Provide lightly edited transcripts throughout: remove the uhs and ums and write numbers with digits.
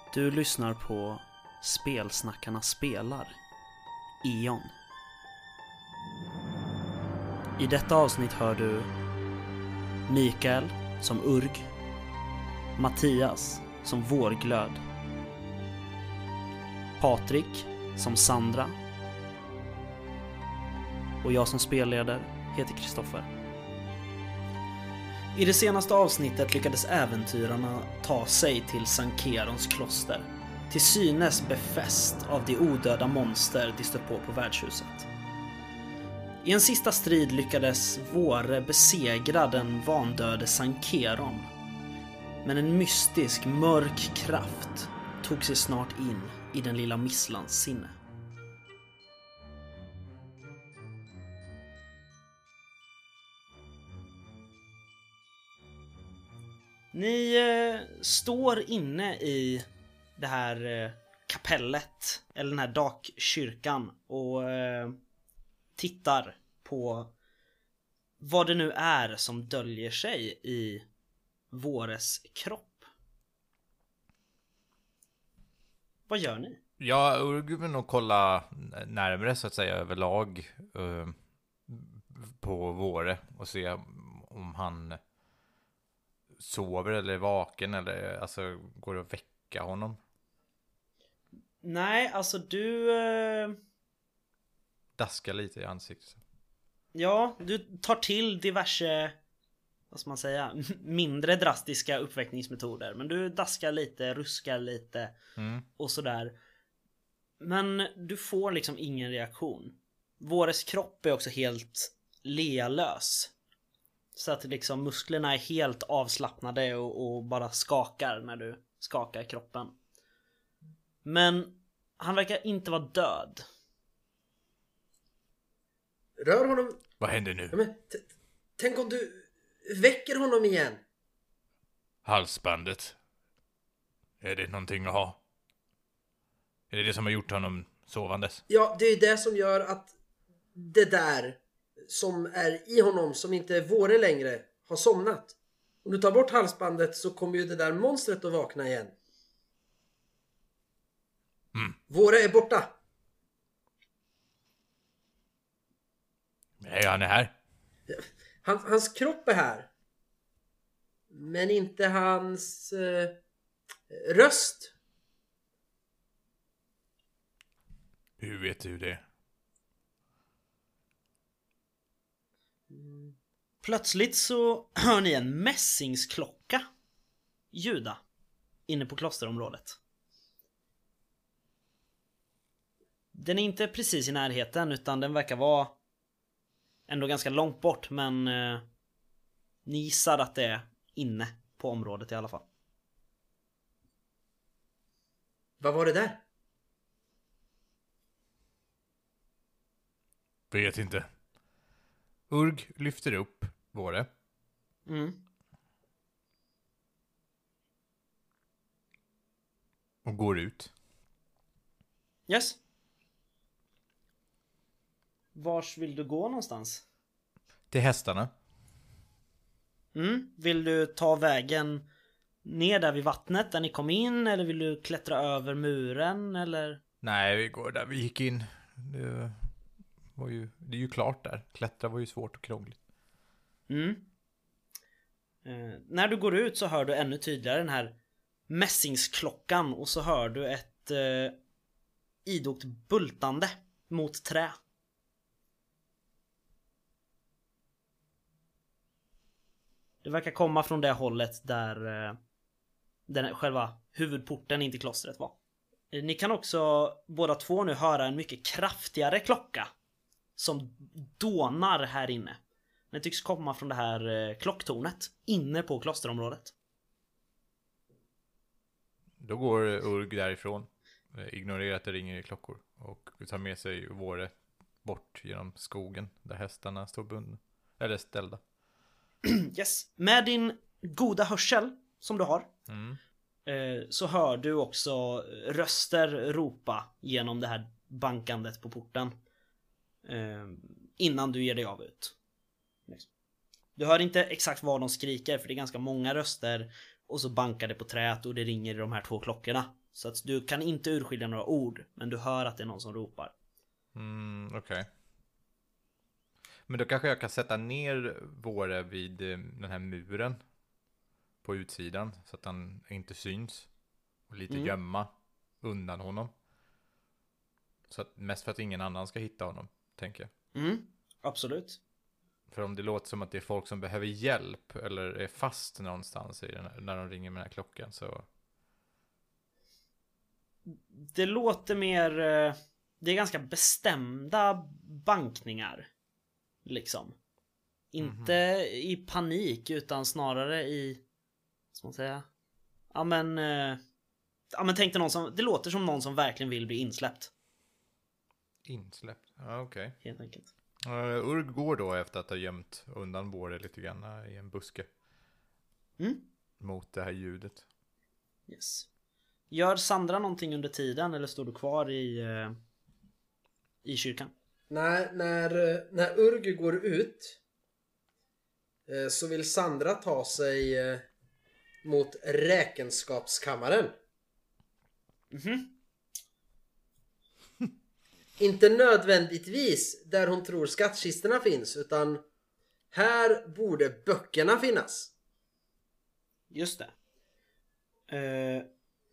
Du lyssnar på Spelsnackarna spelar, Eon. I detta avsnitt hör du Mikael som Urg, Mattias som Vårglöd, Patrik som Sandra och jag som spelleder heter Kristoffer. I det senaste avsnittet lyckades äventyrarna ta sig till Sankt Kerons kloster, till synes befäst av de odöda monster de stött på värdshuset. I en sista strid lyckades Våre besegra den vandöde Sankt Keron, men en mystisk mörk kraft tog sig snart in i den lilla misslans sinne. Ni står inne i det här kapellet, eller den här dakkyrkan, och tittar på vad det nu är som döljer sig i Våres kropp. Vad gör ni? Ja, Urg vill nog kolla närmare så att säga överlag på Våre och se om han sover eller är vaken, eller alltså går det att väcka honom? Nej, alltså du daskar lite i ansiktet. Ja, du tar till diverse, vad ska man säga, mindre drastiska uppväckningsmetoder. Men du daskar lite, ruskar lite och sådär. Men du får liksom ingen reaktion. Våres kropp är också helt lealös. Så att liksom musklerna är helt avslappnade och bara skakar när du skakar kroppen. Men han verkar inte vara död. Rör honom. Vad händer nu? Ja, men tänk om du väcker honom igen. Halsbandet. Är det någonting att ha? Är det det som har gjort honom sovandes? Ja, det är det som gör att det där som är i honom, som inte är Våre längre, har somnat. Om du tar bort halsbandet så kommer ju det där monstret att vakna igen. Våre är borta. Nej, han är här. Hans kropp är här. Men inte hans röst. Hur vet du det? Plötsligt så hör ni en mässingsklocka ljuda inne på klosterområdet. Den är inte precis i närheten, utan den verkar vara ändå ganska långt bort, men ni gissar att det är inne på området i alla fall. Vad var det där? Vet inte. Urg lyfter upp Våre. Och går ut. Yes. Vars vill du gå någonstans? Till hästarna. Vill du ta vägen ner där vid vattnet där ni kom in, eller vill du klättra över muren, eller? Nej, vi går där vi gick in. Det är ju klart där. Klättra var ju svårt och krångligt. När du går ut så hör du ännu tydligare den här mässingsklockan, och så hör du ett idogt bultande mot trä. Det verkar komma från det hållet där den själva huvudporten in till klostret var. Ni kan också båda två nu höra en mycket kraftigare klocka som dånar här inne. Den tycks komma från det här klocktornet inne på klosterområdet. Då går Urg därifrån. Ignorerar att det ringer i klockor. Och tar med sig Våre bort genom skogen där hästarna står bundna. Eller ställda. Yes. Med din goda hörsel som du har så hör du också röster ropa genom det här bankandet på porten innan du ger dig av ut. Du hör inte exakt vad de skriker, för det är ganska många röster, och så bankar det på träet och det ringer i de här två klockorna. Så att du kan inte urskilja några ord, men du hör att det är någon som ropar. Okej. Men då kanske jag kan sätta ner Våre vid den här muren på utsidan så att han inte syns. Och lite gömma undan honom. Så att, mest för att ingen annan ska hitta honom, tänker jag. Absolut. För om det låter som att det är folk som behöver hjälp eller är fast någonstans när de ringer med den här klockan, så... Det låter mer... Det är ganska bestämda bankningar. Liksom. Inte i panik, utan snarare i... Ska man säga? Ja men tänk dig någon som... Det låter som någon som verkligen vill bli insläppt. Insläppt? Ja, okej. Helt enkelt. Urg går då efter att ha gömt undan Våre lite grann i en buske. Mot det här ljudet. Yes. Gör Sandra någonting under tiden, eller står du kvar i kyrkan? När Urg går ut så vill Sandra ta sig mot räkenskapskammaren. Inte nödvändigtvis där hon tror skattkisterna finns, utan här borde böckerna finnas. Just det.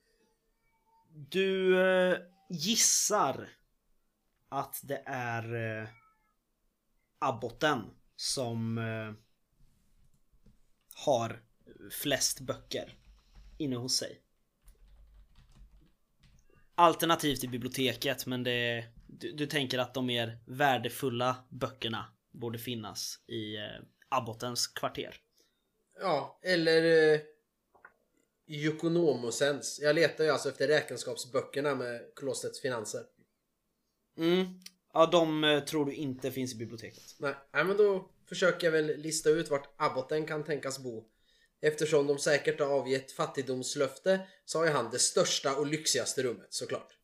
Du gissar att det är abboten som har flest böcker inne hos sig. Alternativt i biblioteket, men du tänker att de mer värdefulla böckerna borde finnas i abbotens kvarter. Ja, eller Jukonomosens. Jag letar ju alltså efter räkenskapsböckerna med klostrets finanser. Ja, de tror du inte finns i biblioteket. Nej, men då försöker jag väl lista ut vart abboten kan tänkas bo. Eftersom de säkert har avgett fattigdomslöfte så har ju han det största och lyxigaste rummet, såklart.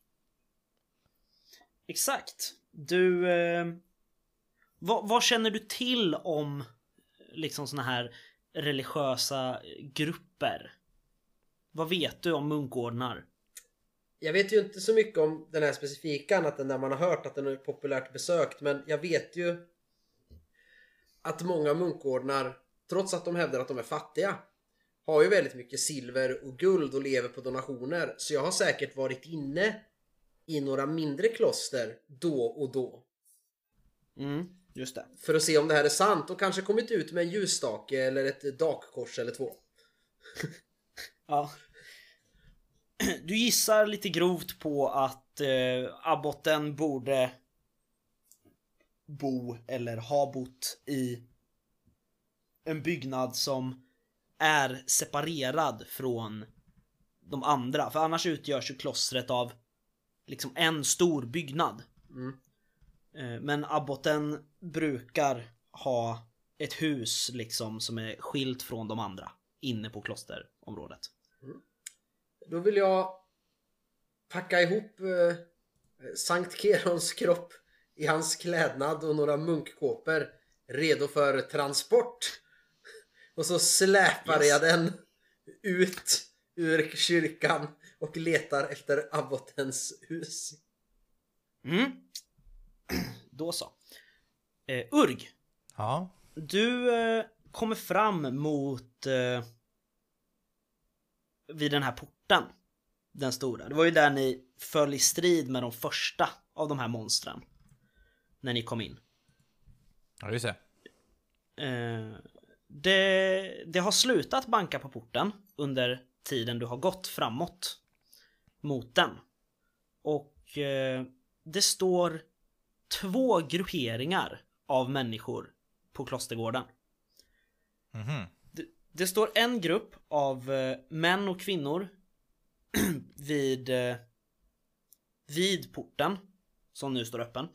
Exakt. Du... Vad känner du till om liksom såna här religiösa grupper? Vad vet du om munkordnar? Jag vet ju inte så mycket om den här specifika, annat än där man har hört att den är populärt besökt. Men jag vet ju att många munkordnar, trots att de hävdar att de är fattiga, har ju väldigt mycket silver och guld och lever på donationer. Så jag har säkert varit inne i några mindre kloster då och då. Just det. För att se om det här är sant, och kanske kommit ut med en ljusstake eller ett dakkors eller två. Ja. Du gissar lite grovt på att abboten borde bo eller ha bott i en byggnad som är separerad från de andra. För annars utgörs ju klostret av liksom en stor byggnad. Men abboten brukar ha ett hus liksom som är skilt från de andra inne på klosterområdet. Då vill jag packa ihop Sankt Kerons kropp i hans klädnad och några munkkåpor redo för transport. Och så släpar jag den ut ur kyrkan och letar efter abbotens hus. Då så. Urg. Ja. Du kommer fram mot vid den här porten. Den stora. Det var ju där ni föll i strid med de första av de här monstren. När ni kom in. Ja, just det. Det har slutat banka på porten under tiden du har gått framåt mot den. Och det står 2 grupperingar av människor på klostergården. Det står en grupp av män och kvinnor vid porten som nu står öppen.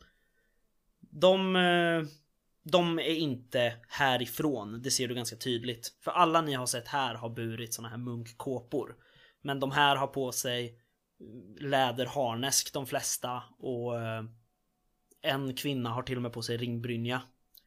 De är inte härifrån, det ser du ganska tydligt. För alla ni har sett här har burit såna här munkkåpor. Men de här har på sig läderharnesk de flesta. Och en kvinna har till och med på sig ringbrynja.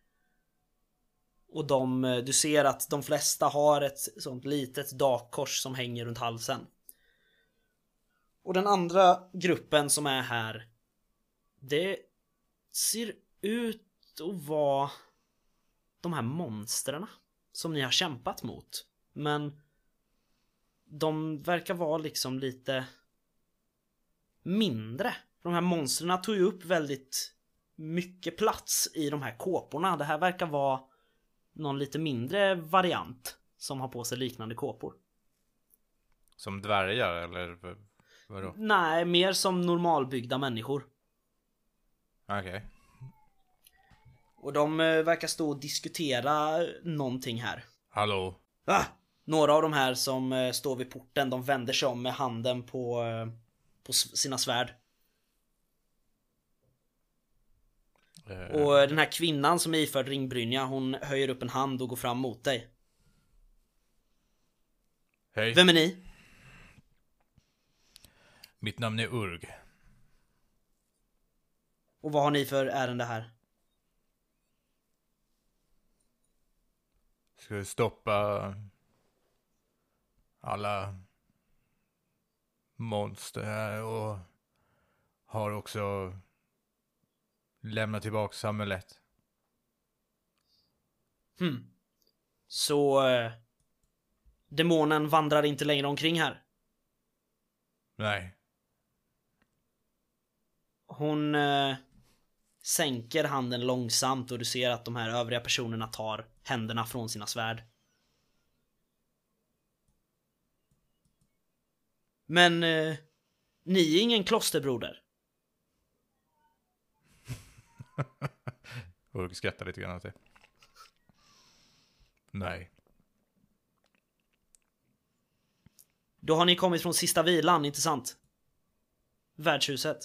Och du ser att de flesta har ett sånt litet dakkors som hänger runt halsen. Och den andra gruppen som är här, det ser ut att vara de här monsterna som ni har kämpat mot. Men de verkar vara liksom lite mindre. De här monsterna tog ju upp väldigt mycket plats i de här kåporna. Det här verkar vara någon lite mindre variant som har på sig liknande kåpor. Som dvärgar eller vadå? Nej, mer som normalbyggda människor. Okej. Och de verkar stå och diskutera någonting här. Hallå? Några av de här som står vid porten, de vänder sig om med handen på sina svärd. Och den här kvinnan som är iförd ringbrynja, hon höjer upp en hand och går fram mot dig. Hej. Vem är ni? Mitt namn är Urg. Och vad har ni för ärende här? Ska stoppa alla monster här och har också lämnat tillbaka samhället. Så demonen vandrar inte längre omkring här. Nej. Hon sänker handen långsamt och du ser att de här övriga personerna tar händerna från sina svärd. Men ni är ingen klosterbroder. Urg skrattar lite grann åt det. Nej. Då har ni kommit från sista vilan, inte sant? Värdshuset.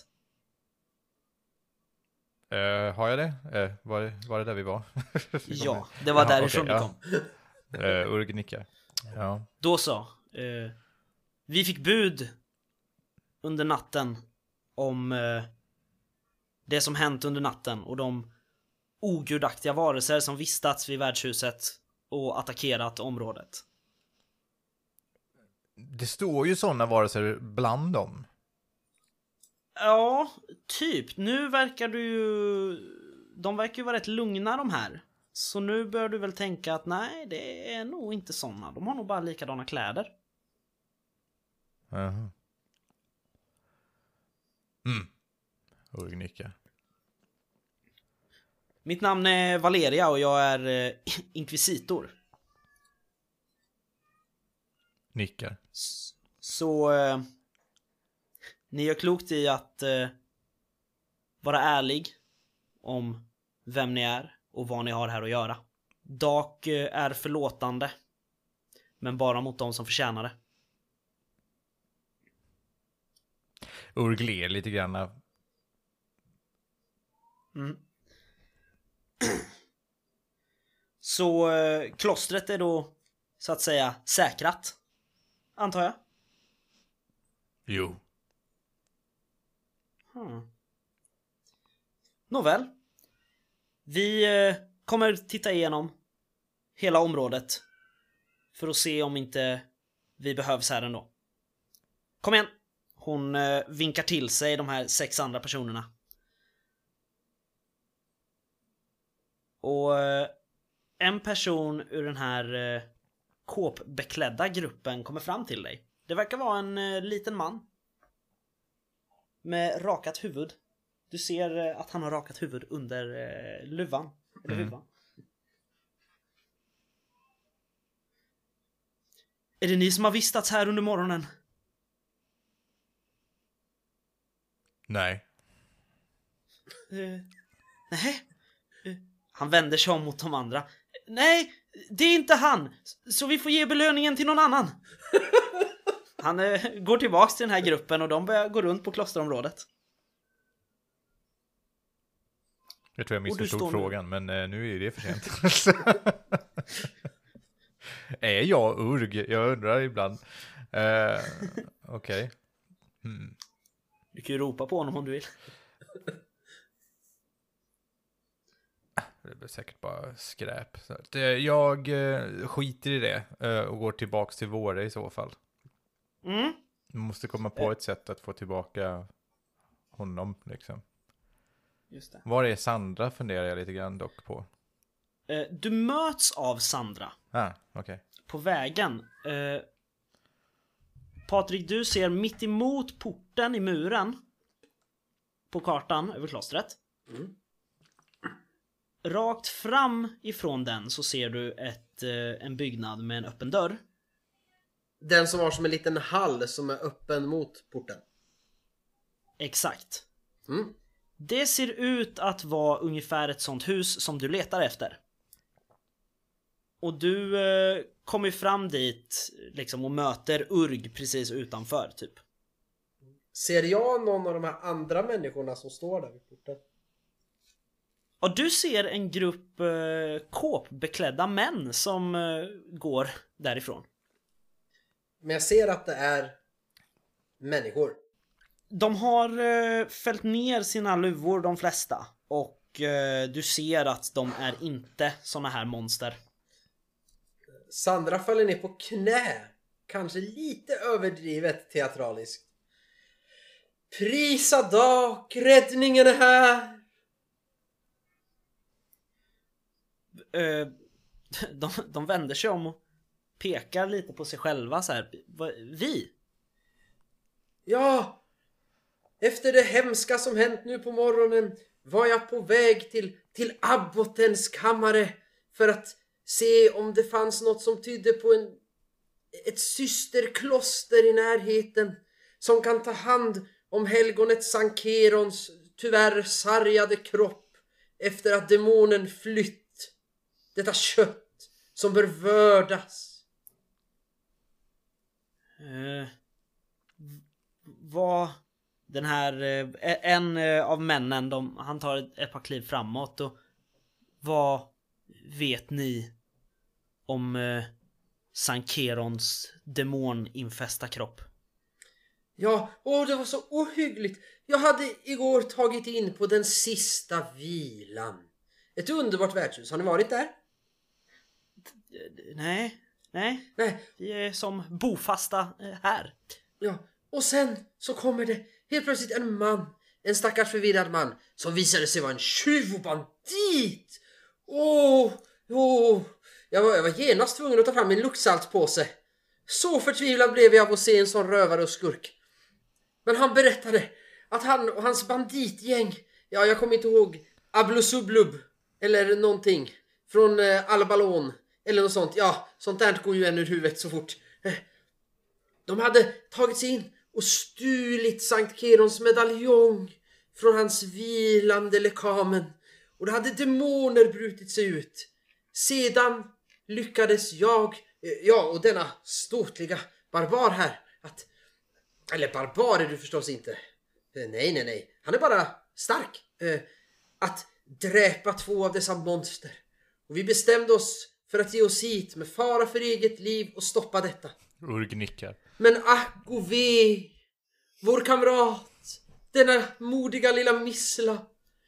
Har jag det? Var det där vi var? Ja, det var därifrån okej, det kom. Urg nickar. Ja. Då så. Vi fick bud under natten om det som hänt under natten och de ogudaktiga varelser som vistats vid värdshuset och attackerat området. Det står ju sådana varelser bland dem. Ja, typ. Nu verkar de verkar ju vara rätt lugna de här. Så nu bör du väl tänka att nej, det är nog inte såna. De har nog bara likadana kläder. Jaha. Urg nickar. Mitt namn är Valeria och jag är inkvisitor. Nickar. Så ni gör klokt i att vara ärlig om vem ni är och vad ni har här att göra. Dak är förlåtande, men bara mot de som förtjänar det. Urg ler lite grann. Så klostret är då så att säga säkrat, antar jag? Jo. Nåväl. Vi kommer titta igenom hela området för att se om inte vi behövs här ändå. Kom igen. Hon vinkar till sig de här 6 andra personerna. Och en person ur den här kåpbeklädda gruppen kommer fram till dig. Det verkar vara en liten man med rakat huvud. Du ser att han har rakat huvud under luvan. Eller huvan. Är det ni som har vistats här under morgonen? Nej. Nej. Han vänder sig om mot de andra. Nej, det är inte han. Så vi får ge belöningen till någon annan. Han går tillbaks till den här gruppen och de börjar gå runt på klosterområdet. Jag tror jag missförstod frågan, men nu är ju det för sent. Är jag Urg? Jag undrar ibland. Okej. Du kan ju ropa på honom om du vill. Det blir säkert bara skräp. Så att, jag skiter i det och går tillbaks till Våre i så fall. Man måste komma på ett sätt att få tillbaka honom liksom. Just det. Var är Sandra funderar jag lite grann dock på. Du möts av Sandra. Okej. På vägen. Patrik, du ser mitt emot porten i muren på kartan över klostret. Rakt fram ifrån den så ser du en byggnad med en öppen dörr. Den som har som en liten hall som är öppen mot porten. Exakt. Det ser ut att vara ungefär ett sånt hus som du letar efter. Och du kommer fram dit liksom och möter Urg precis utanför typ. Ser jag någon av de här andra människorna som står där vid porten? Och du ser en grupp kåpbeklädda män som går därifrån. Men jag ser att det är människor. De har fällt ner sina luvor, de flesta. Och du ser att de är inte såna här monster. Sandra faller ner på knä. Kanske lite överdrivet teatraliskt. Prisa dag, räddningen är här. De vänder sig om och pekar lite på sig själva så här. Vi? Ja, efter det hemska som hänt nu på morgonen var jag på väg till abbotens kammare för att se om det fanns något som tydde på ett systerkloster i närheten som kan ta hand om helgonet Sankt Kerons tyvärr sargade kropp efter att demonen flytt. Detta kött som bör vördas. Vad den här en av männen han tar ett par kliv framåt och vad vet ni om Sankt Kerons demoninfästa kropp? Ja, det var så ohyggligt. Jag hade igår tagit in på den sista vilan. Ett underbart värdshus. Har ni varit där? Nej. Vi är som bofasta här. Ja, och sen så kommer det helt plötsligt en man. En stackars förvirrad man som visade sig vara en tjuv och bandit. Jag var genast tvungen att ta fram min luktsaltpåse. Så förtvivlad blev jag av att se en sån rövare och skurk. Men han berättade att han och hans banditgäng, ja, jag kommer inte ihåg, Ablusublub eller någonting från Albalon eller något sånt. Ja, sånt där går ju än ur huvudet så fort. De hade tagit sig in och stulit Sankt Kerons medaljong från hans vilande lekamen. Och det hade demoner brutit sig ut. Sedan lyckades jag, och denna ståtliga barbar här, eller barbar är du förstås inte. Nej. Han är bara stark. Att dräpa 2 av dessa monster. Och vi bestämde oss för att ge oss hit med fara för eget liv och stoppa detta. Urg nickar. Men ack och ve, vår kamrat, denna modiga lilla missla,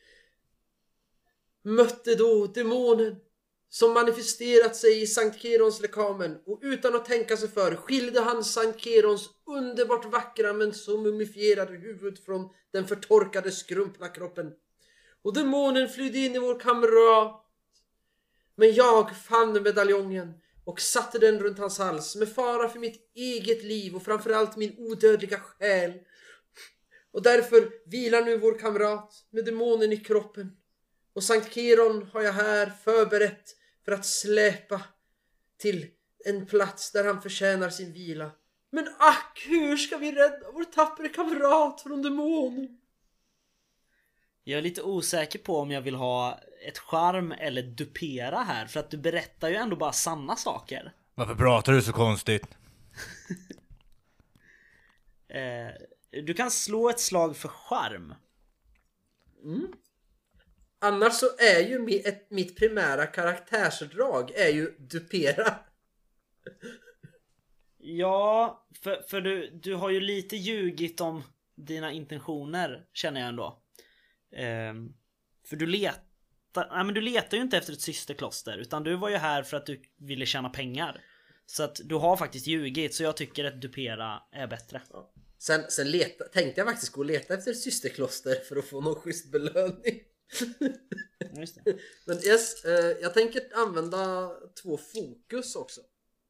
mötte då demonen som manifesterat sig i Sankt Kerons lekamen, och utan att tänka sig för skilde han Sankt Kerons underbart vackra men så mumifierade huvud från den förtorkade skrumpna kroppen. Och demonen flydde in i vår kamrat. Men jag fann medaljongen och satte den runt hans hals med fara för mitt eget liv och framförallt min odödliga själ. Och därför vilar nu vår kamrat med demonen i kroppen. Och Sankt Keron har jag här förberett för att släpa till en plats där han förtjänar sin vila. Men ack, hur ska vi rädda vår tappre kamrat från demonen? Jag är lite osäker på om jag vill ha ett charm eller dupera här, för att du berättar ju ändå bara sanna saker. Varför pratar du så konstigt? Du kan slå ett slag för charm. Annars så är ju mitt primära karaktärsdrag är ju dupera. Ja, för du har ju lite ljugit om dina intentioner, känner jag ändå. För du letar ju inte efter ett systerkloster, utan du var ju här för att du ville tjäna pengar. Så att du har faktiskt ljugit, så jag tycker att dupera är bättre. Ja. Sen tänkte jag faktiskt gå och leta efter ett systerkloster för att få någon schysst belöning. Just det. Men jag tänker använda 2 fokus också.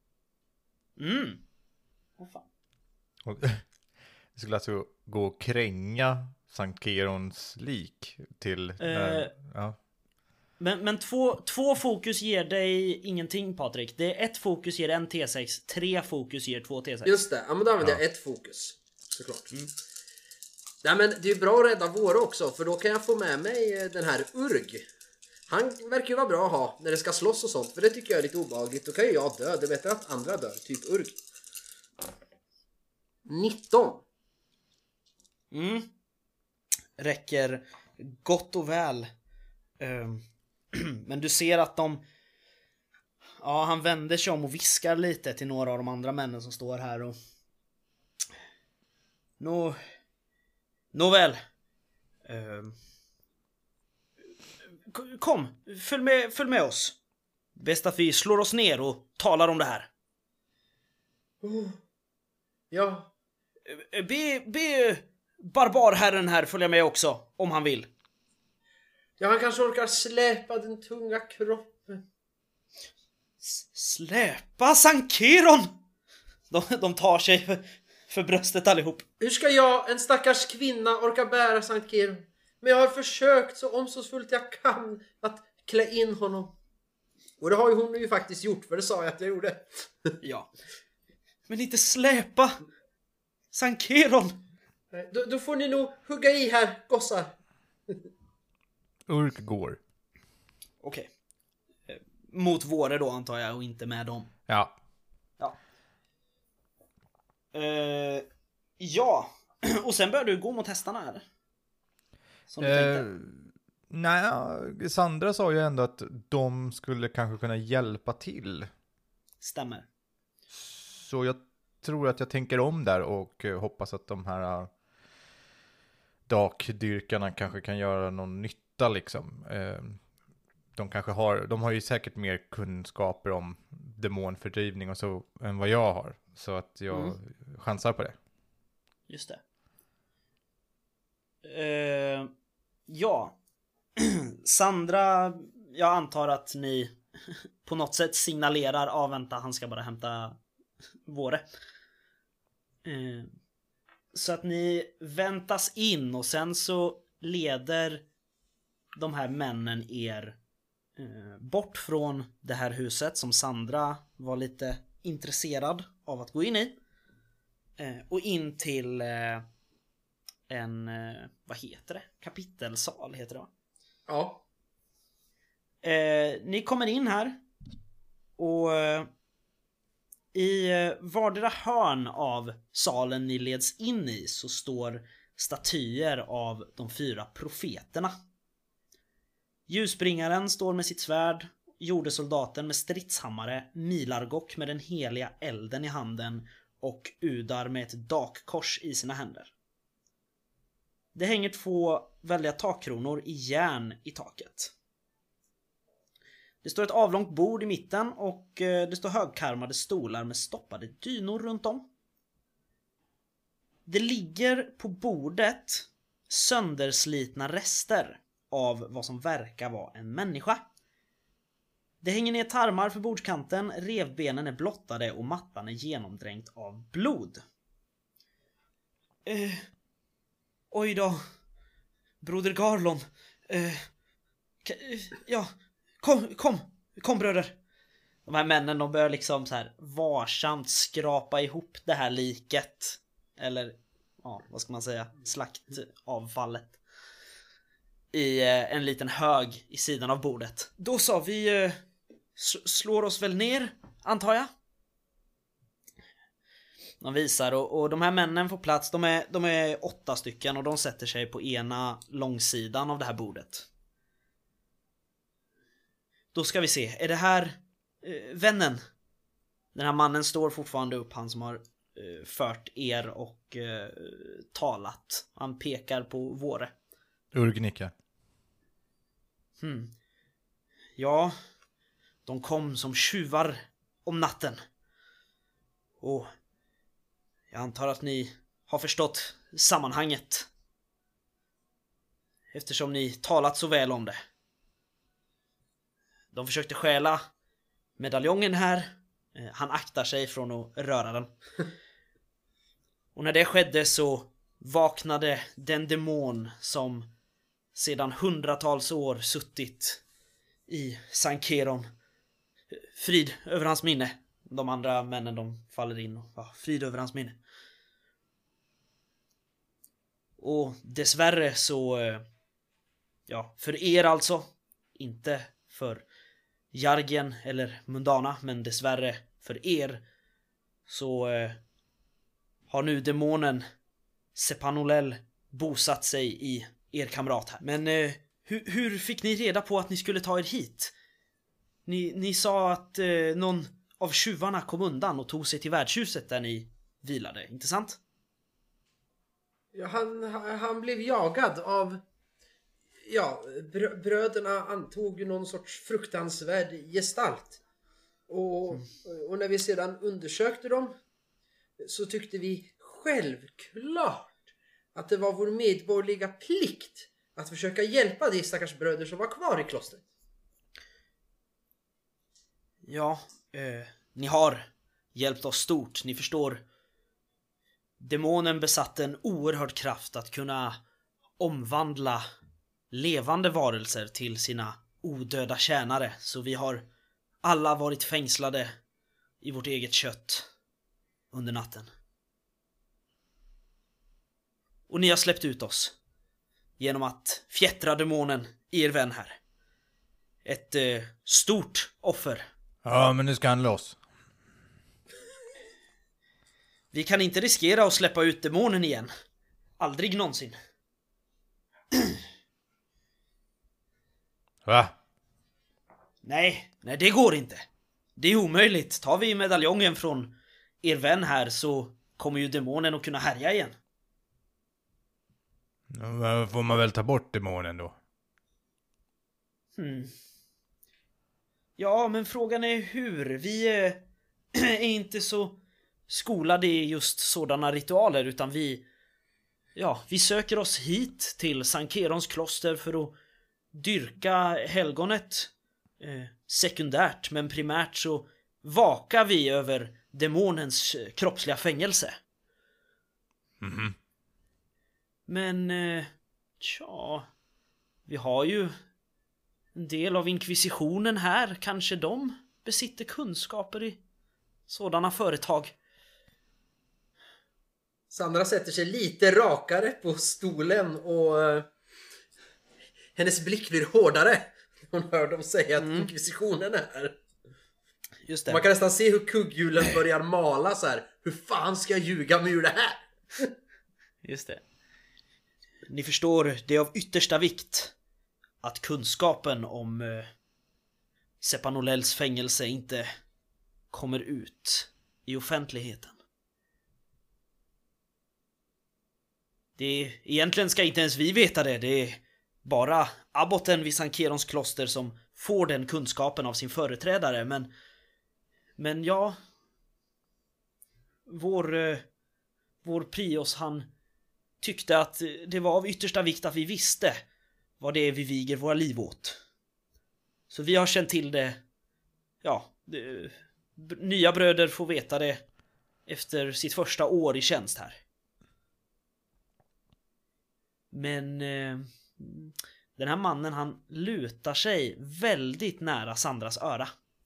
Fan. Jag skulle alltså gå och kränga Sankt Kerons lik till... ja. Men två fokus ger dig ingenting, Patrik. Det är 1 fokus ger en T6, 3 fokus ger 2 T6. Just det, ja men då använder jag 1 fokus. Såklart. Nej men det är ju bra att rädda våra också, för då kan jag få med mig den här Urg. Han verkar ju vara bra att ha när det ska slåss och sånt, för det tycker jag är lite obehagligt. Då kan ju jag dö, det är bättre att andra dör, typ Urg. 19. Räcker gott och väl. Men du ser att han vänder sig om och viskar lite till några av de andra männen som står här och... Nåväl. Kom, följ med oss. Bäst att vi slår oss ner och talar om det här. Ja. Be barbarherren här följa med också, om han vill. Ja, han kanske orkar släpa den tunga kroppen. Släpa Sankt Keron! De tar sig för bröstet allihop. Hur ska jag, en stackars kvinna, orka bära Sankt Keron? Men jag har försökt så omsorgsfullt jag kan att klä in honom. Och det har ju hon ju faktiskt gjort, för det sa jag att jag gjorde. Ja. Men inte släpa Sankt Keron! Då får ni nog hugga i här, gossar. Urk går. Okej. Mot våre då antar jag, och inte med dem. Ja. Ja. Och sen börjar du gå mot hästarna här. Som du tänkte. Nej, Sandra sa ju ändå att de skulle kanske kunna hjälpa till. Stämmer. Så jag tror att jag tänker om där och hoppas att de här dakdyrkarna kanske kan göra någon nytta liksom. De har ju säkert mer kunskaper om demonfördrivning och så än vad jag har. Så att jag chansar på det. Just det. Ja. Sandra, jag antar att ni på något sätt signalerar, vänta, han ska bara hämta våre. Så att ni väntas in och sen så leder de här männen er bort från det här huset som Sandra var lite intresserad av att gå in i. Och in till en, vad heter det? Kapitelsal heter det, va? Ja. Ni kommer in här och i vardera hörn av salen ni leds in i så står statyer av de 4 profeterna. Ljusbringaren står med sitt svärd, jordesoldaten med stridshammare, Milargok med den heliga elden i handen och Udar med ett dakkors i sina händer. Det hänger 2 väldiga takkronor i järn i taket. Det står ett avlångt bord i mitten och det står högkarmade stolar med stoppade dynor runt om. Det ligger på bordet sönderslitna rester av vad som verkar vara en människa. Det hänger ner tarmar för bordskanten, revbenen är blottade och mattan är genomdränkt av blod. Oj då, broder Garlon. Ja, kom bröder. De här männen, de börjar liksom så här varsamt skrapa ihop det här liket. Eller, ja, vad ska man säga? Slaktavfallet. I en liten hög i sidan av bordet. Då sa vi slår oss väl ner, antar jag. De visar och de här männen får plats. De är 8 stycken och de sätter sig på ena långsidan av det här bordet. Då ska vi se, är det här vännen? Den här mannen står fortfarande upp, han som har fört er och talat. Han pekar på våre. Urgnika. Ja, de kom som tjuvar om natten. Och jag antar att ni har förstått sammanhanget. Eftersom ni talat så väl om det. De försökte stjäla medaljongen här. Han aktar sig från att röra den. Och när det skedde så vaknade den demon som sedan hundratals år suttit i Sankeron. Frid över hans minne. De andra männen de faller in och frid över hans minne. Och dessvärre så för er alltså, inte för Jargen eller Mundana, men dessvärre för er så har nu demonen Sepanolel bosatt sig i er kamrat här. Men hur fick ni reda på att ni skulle ta er hit? Ni sa att någon av tjuvarna kom undan och tog sig till värdshuset där ni vilade, inte sant? Ja, han blev jagad av... Ja, bröderna antog någon sorts fruktansvärd gestalt. Och när vi sedan undersökte dem så tyckte vi självklart att det var vår medborgerliga plikt att försöka hjälpa de stackars bröder som var kvar i klostret. Ja, ni har hjälpt oss stort, ni förstår. Demonen besatte en oerhörd kraft att kunna omvandla levande varelser till sina odöda tjänare. Så vi har alla varit fängslade i vårt eget kött under natten. Och ni har släppt ut oss genom att fjättra demonen i er vän här. Ett stort offer. Ja, men nu ska han loss. Vi kan inte riskera att släppa ut demonen igen. Aldrig någonsin. Va? Nej, det går inte. Det är omöjligt. Tar vi medaljongen från er vän här så kommer ju demonen att kunna härja igen. Då får man väl ta bort demonen då. Ja, men frågan är hur. Vi är inte så skolade i just sådana ritualer, utan vi söker oss hit till Sankerons kloster för att dyrka helgonet sekundärt, men primärt så vakar vi över demonens kroppsliga fängelse. Mhm. Men vi har ju en del av inkvisitionen här. Kanske de besitter kunskaper i sådana företag. Sandra sätter sig lite rakare på stolen och hennes blick blir hårdare. Hon hör dem säga att inkvisitionen är här. Just det. Man kan nästan se hur kugghjulen börjar mala så här. Hur fan ska jag ljuga mig ur det här? Just det. Ni förstår, det är av yttersta vikt att kunskapen om Sepanolels fängelse inte kommer ut i offentligheten. Egentligen ska inte ens vi veta det. Det är bara abboten vid Sankerons kloster som får den kunskapen av sin företrädare. Men ja, vår prios, han tyckte att det var av yttersta vikt att vi visste vad det är vi viger våra liv åt. Så vi har känt till det. Ja, nya bröder får veta det efter sitt första år i tjänst här. Men den här mannen, han lutar sig väldigt nära Sandras öra.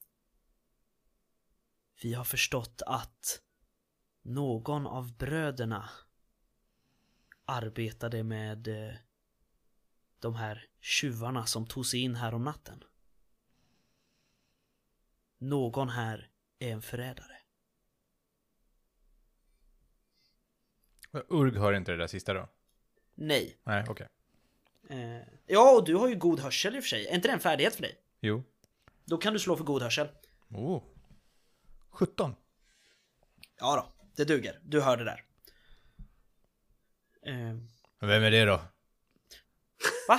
Vi har förstått att någon av bröderna arbetade med de här tjuvarna som tog sig in här om natten. Någon här är en förrädare. Urg hör inte det där sista då? Nej. Nej, okej. Ja, och du har ju god hörsel i och för sig. Är inte det en färdighet för dig? Jo. Då kan du slå för god hörsel. 17. Ja då, det duger. Du hör det där. Vem är det då? Va?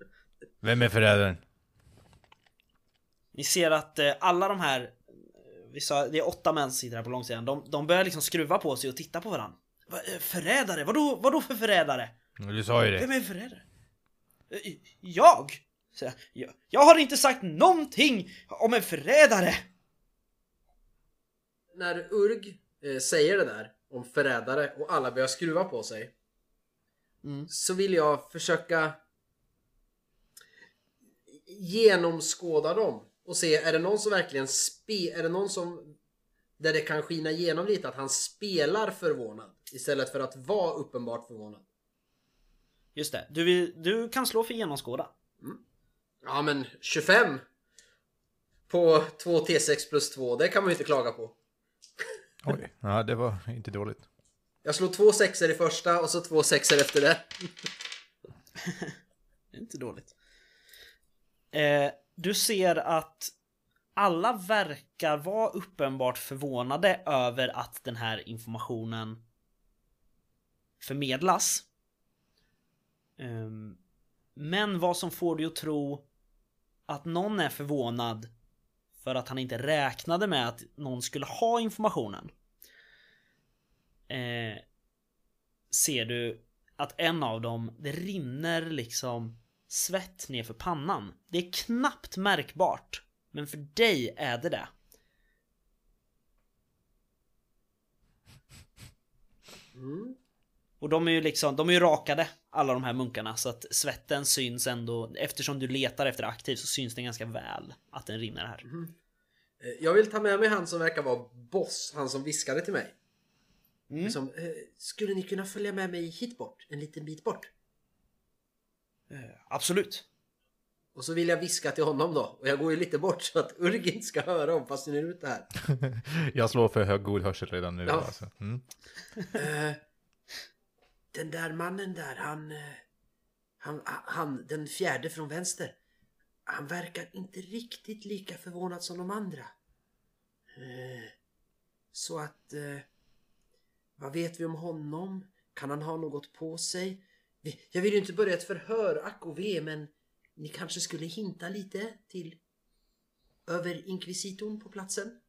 Vem är förrädaren? Ni ser att alla de här vi sa, det är 8 män som sitter här på långsidan. De börjar liksom skruva på sig och titta på varandra. Förrädare? Vadå för förrädare? Du sa ju det. Vem är förrädare? Jag? Jag har inte sagt någonting om en förrädare. När Urg säger det där om förrädare och alla börjar skruva på sig, så vill jag försöka genomskåda dem och se, är det någon som verkligen är det någon som där det kan skina igenom lite att han spelar förvånad istället för att vara uppenbart förvånad. Just det, du kan slå för genomskåda. Ja, men 25 på 2 T6 plus 2, det kan man ju inte klaga på. Oj, ja, det var inte dåligt. Jag slog 2 sexer i första och så 2 sexer efter det. Det är inte dåligt. Du ser att alla verkar vara uppenbart förvånade över att den här informationen förmedlas. Men vad som får dig att tro att någon är förvånad för att han inte räknade med att någon skulle ha informationen, ser du att en av dem, det rinner liksom svett ner för pannan. Det är knappt märkbart, men för dig är det det. Och de är ju liksom, de är ju rakade, alla de här munkarna, så att svetten syns ändå. Eftersom du letar efter aktiv så syns det ganska väl att den rinner här. Jag vill ta med mig han som verkar vara boss, han som viskade till mig. Liksom, skulle ni kunna följa med mig hit bort, en liten bit bort? Absolut. Och så vill jag viska till honom då. Och jag går ju lite bort så att Urg inte ska höra om fast ni är ute här. Jag slår för hög god hörsel redan nu. Ja. Alltså. Den där mannen där, han den fjärde från vänster, han verkar inte riktigt lika förvånad som de andra. Så att vad vet vi om honom? Kan han ha något på sig? Jag vill ju inte börja ett förhör, ack och ve, men ni kanske skulle hinta lite till över inkvisitorn på platsen?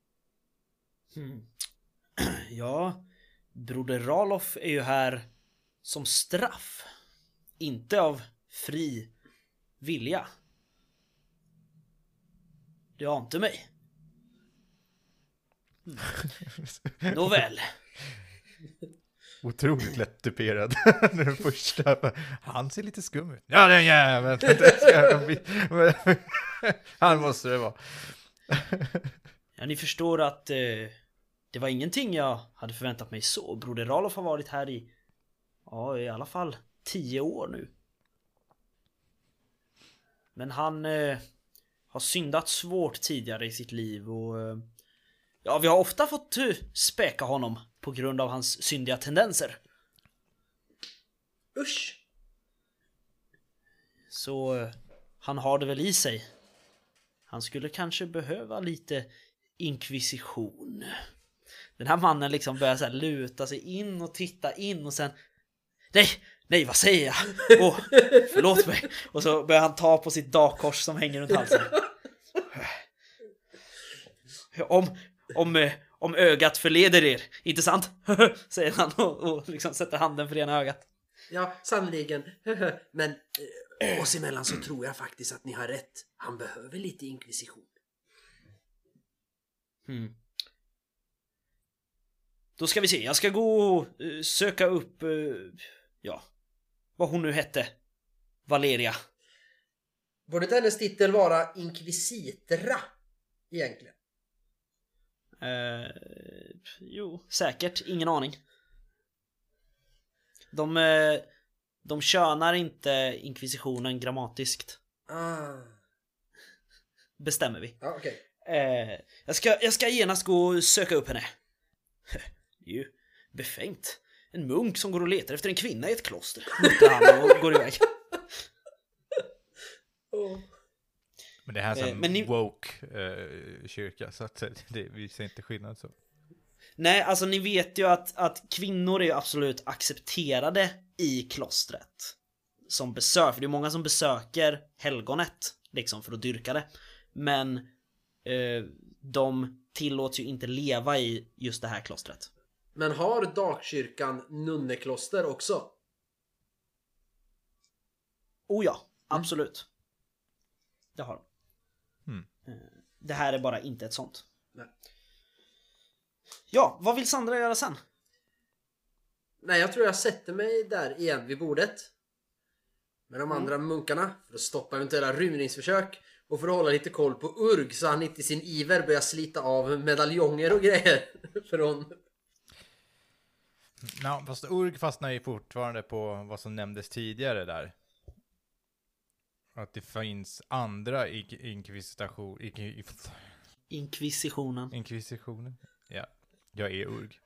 Ja, broder Ralof är ju här som straff, inte av fri vilja. Det ante mig. Nåväl. Otroligt lätt typerad. Den första. Han ser lite skum ut. Ja, den jäveln. Han måste det vara. Ja, ni förstår att det var ingenting jag hade förväntat mig så. Broder Ralof har varit här i alla fall 10 år nu. Men han har syndat svårt tidigare i sitt liv och vi har ofta fått späka honom på grund av hans syndiga tendenser. Usch! Så han har det väl i sig. Han skulle kanske behöva lite inkvisition. Den här mannen liksom börjar så här luta sig in och titta in och sen nej, vad säger jag? Förlåt mig. Och så börjar han ta på sitt dakkors som hänger runt halsen. Om ögat förleder er, inte sant? Säger han och liksom sätter handen för ena ögat. Ja, sannoliken. Men oss emellan så tror jag faktiskt att ni har rätt. Han behöver lite inkvisition. Då ska vi se, jag ska gå och söka upp vad hon nu hette. Valeria. Borde inte hennes titel vara inkvisitra egentligen? Jo, säkert, ingen aning. De könar inte inkvisitionen grammatiskt. Bestämmer vi. Ja, okej. Jag ska genast gå och söka upp henne. Det är ju befängt. En munk som går och letar efter en kvinna i ett kloster. Mutter han och går iväg. Men det här är en woke kyrka, så att vi ser inte skillnad så. Nej, alltså ni vet ju att kvinnor är absolut accepterade i klostret som besök. För det är många som besöker helgonet liksom för att dyrka det. Men de tillåts ju inte leva i just det här klostret. Men har Darkkyrkan nunnekloster också? Oh ja, absolut. Det har de. Det här är bara inte ett sånt. Nej. Ja, vad vill Sandra göra sen? Nej, jag tror jag sätter mig där igen vid bordet med de andra munkarna för att stoppa eventuella rymningsförsök och för att hålla lite koll på Urg så han inte i sin iver börjar slita av medaljonger och grejer från... Ja, fast Urg fastnar ju fortfarande på vad som nämndes tidigare där. Att det finns andra Inkvisitionen. Ja, jag är Urg.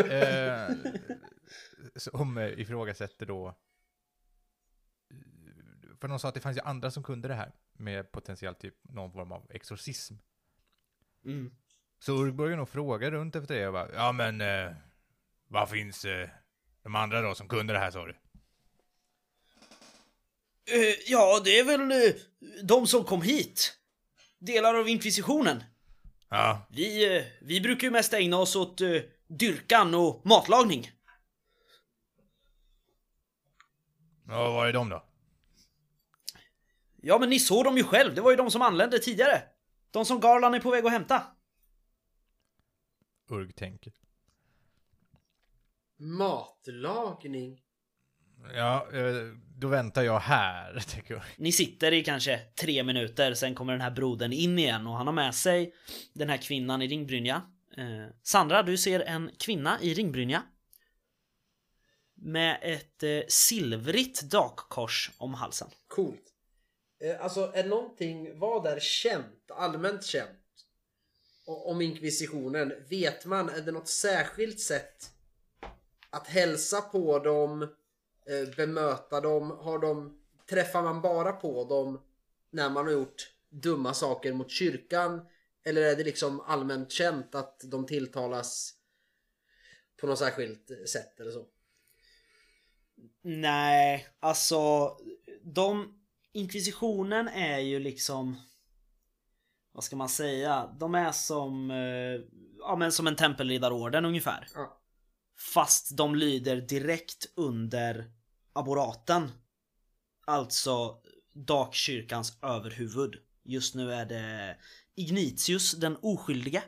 Som ifrågasätter då. För de sa att det fanns ju andra som kunde det här med potentiellt typ någon form av exorcism. Så Urg börjar nog fråga runt efter det och bara, ja men vad finns de andra då som kunde det här, sa du? Ja, det är väl de som kom hit. Delar av inkvisitionen. Ja. Vi brukar ju mest ägna oss åt dyrkan och matlagning. Ja, vad var är de då? Ja, men ni såg dem ju själv. Det var ju de som anlände tidigare. De som Garland är på väg att hämta. Urg tänker. Matlagning? Ja, då väntar jag här, tycker jag. Ni sitter i kanske 3 minuter. Sen kommer den här brodern in igen. Och han har med sig den här kvinnan i ringbrynja. Sandra, du ser en kvinna i ringbrynja. Med ett silvrigt dakkors om halsen. Coolt. Alltså är någonting, vad är känt, allmänt känt om inkvisitionen? Vet man, är det något särskilt sätt att hälsa på dem, bemöta dem? Träffar man bara på dem när man har gjort dumma saker mot kyrkan? Eller är det liksom allmänt känt att de tilltalas på något särskilt sätt eller så? Nej, alltså inkvisitionen är ju liksom, vad ska man säga? De är som ja, men som en tempelriddarorden ungefär. Ja. Fast de lyder direkt under aboraten. Alltså Darkkyrkans överhuvud. Just nu är det Ignatius den oskyldige.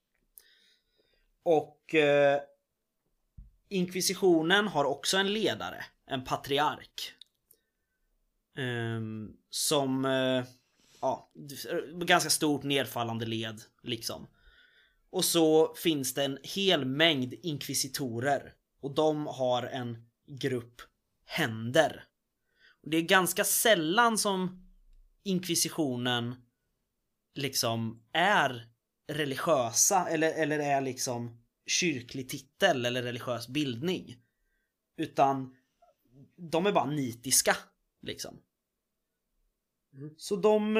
Och inkvisitionen har också en ledare, en patriark. Som ja, ganska stort nedfallande led liksom. Och så finns det en hel mängd inkvisitorer. Och de har en grupp händer. Och det är ganska sällan som inkvisitionen liksom är religiösa eller är liksom kyrklig titel eller religiös bildning. Utan de är bara nitiska liksom. Så de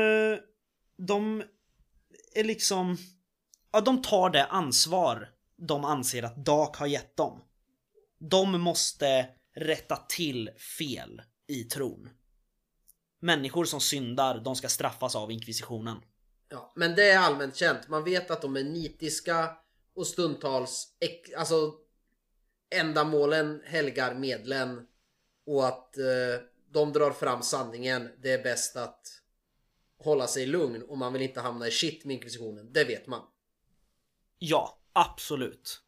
är liksom, ja, de tar det ansvar de anser att Dark har gett dem. De måste rätta till fel i tron. Människor som syndar, de ska straffas av inkvisitionen. Ja, men det är allmänt känt. Man vet att de är nitiska och stundtals alltså ändamålen helgar medlen och att de drar fram sanningen. Det är bäst att hålla sig lugn och man vill inte hamna i shit med inkvisitionen. Det vet man. Ja, absolut.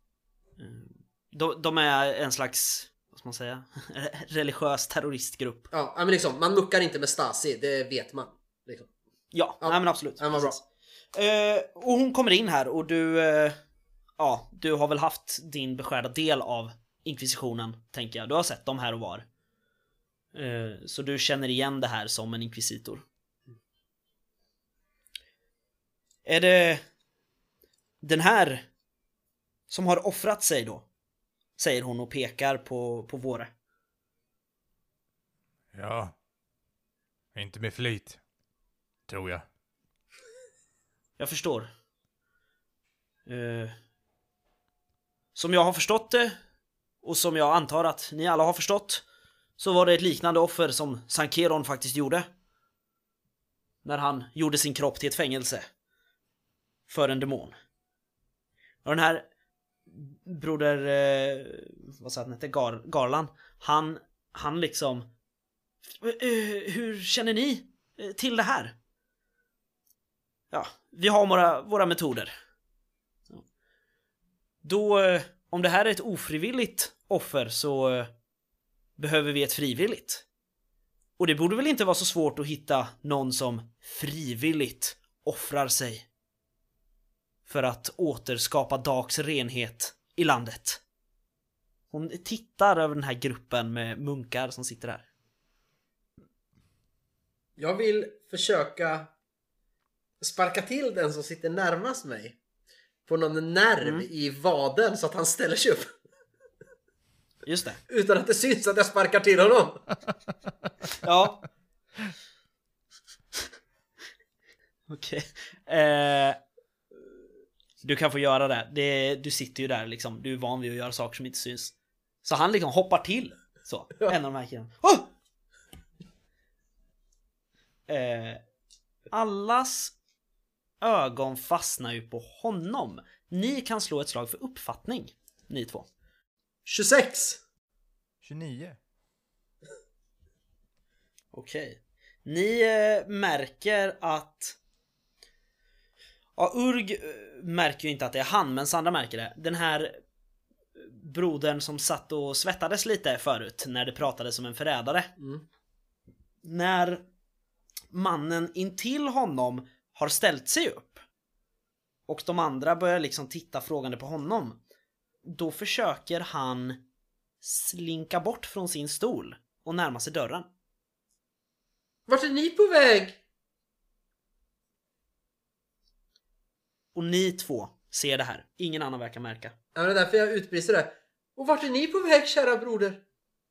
De är en slags, vad ska man säga, religiös terroristgrupp. Ja, men liksom, man muckar inte med Stasi, det vet man. Liksom. Ja, nej, men absolut. Ja, vad bra. Och hon kommer in här och du, ja, du har väl haft din beskärda del av inkvisitionen, tänker jag. Du har sett dem här och var. Så du känner igen det här som en inkvisitor. Är det den här som har offrat sig då? Säger hon och pekar på Våre. Ja. Inte med flit. Tror jag. Jag förstår. Som jag har förstått det, och som jag antar att ni alla har förstått, så var det ett liknande offer som Sankeron faktiskt gjorde. När han gjorde sin kropp till ett fängelse. för en demon. Och den här broder, vad sa han hette, Garland, han liksom, hur känner ni till det här? Ja, vi har våra metoder. Då, om det här är ett ofrivilligt offer, så behöver vi ett frivilligt. Och det borde väl inte vara så svårt att hitta någon som frivilligt offrar sig för att återskapa Darks renhet i landet. Hon tittar över den här gruppen med munkar som sitter där. Jag vill försöka sparka till den som sitter närmast mig på någon nerv i vaden så att han ställer sig upp. Just det. Utan att det syns att jag sparkar till honom. Ja. Okej. Du kan få göra det. Du sitter ju där liksom. Du är van vid att göra saker som inte syns. Så han liksom hoppar till. Så. En av de här killarna. Oh! Allas ögon fastnar ju på honom. Ni kan slå ett slag för uppfattning. Ni två. 26. 29. Okej. Ni märker att... Ja, Urg märker ju inte att det är han, men Sandra märker det. Den här brodern som satt och svettades lite förut när det pratades som en förrädare. När mannen intill honom har ställt sig upp och de andra börjar liksom titta frågande på honom, då försöker han slinka bort från sin stol och närma sig dörren. Vart är ni på väg? Och ni två ser det här. Ingen annan verkar märka. Ja, det är därför jag utbrister det. Och vart är ni på väg, kära broder?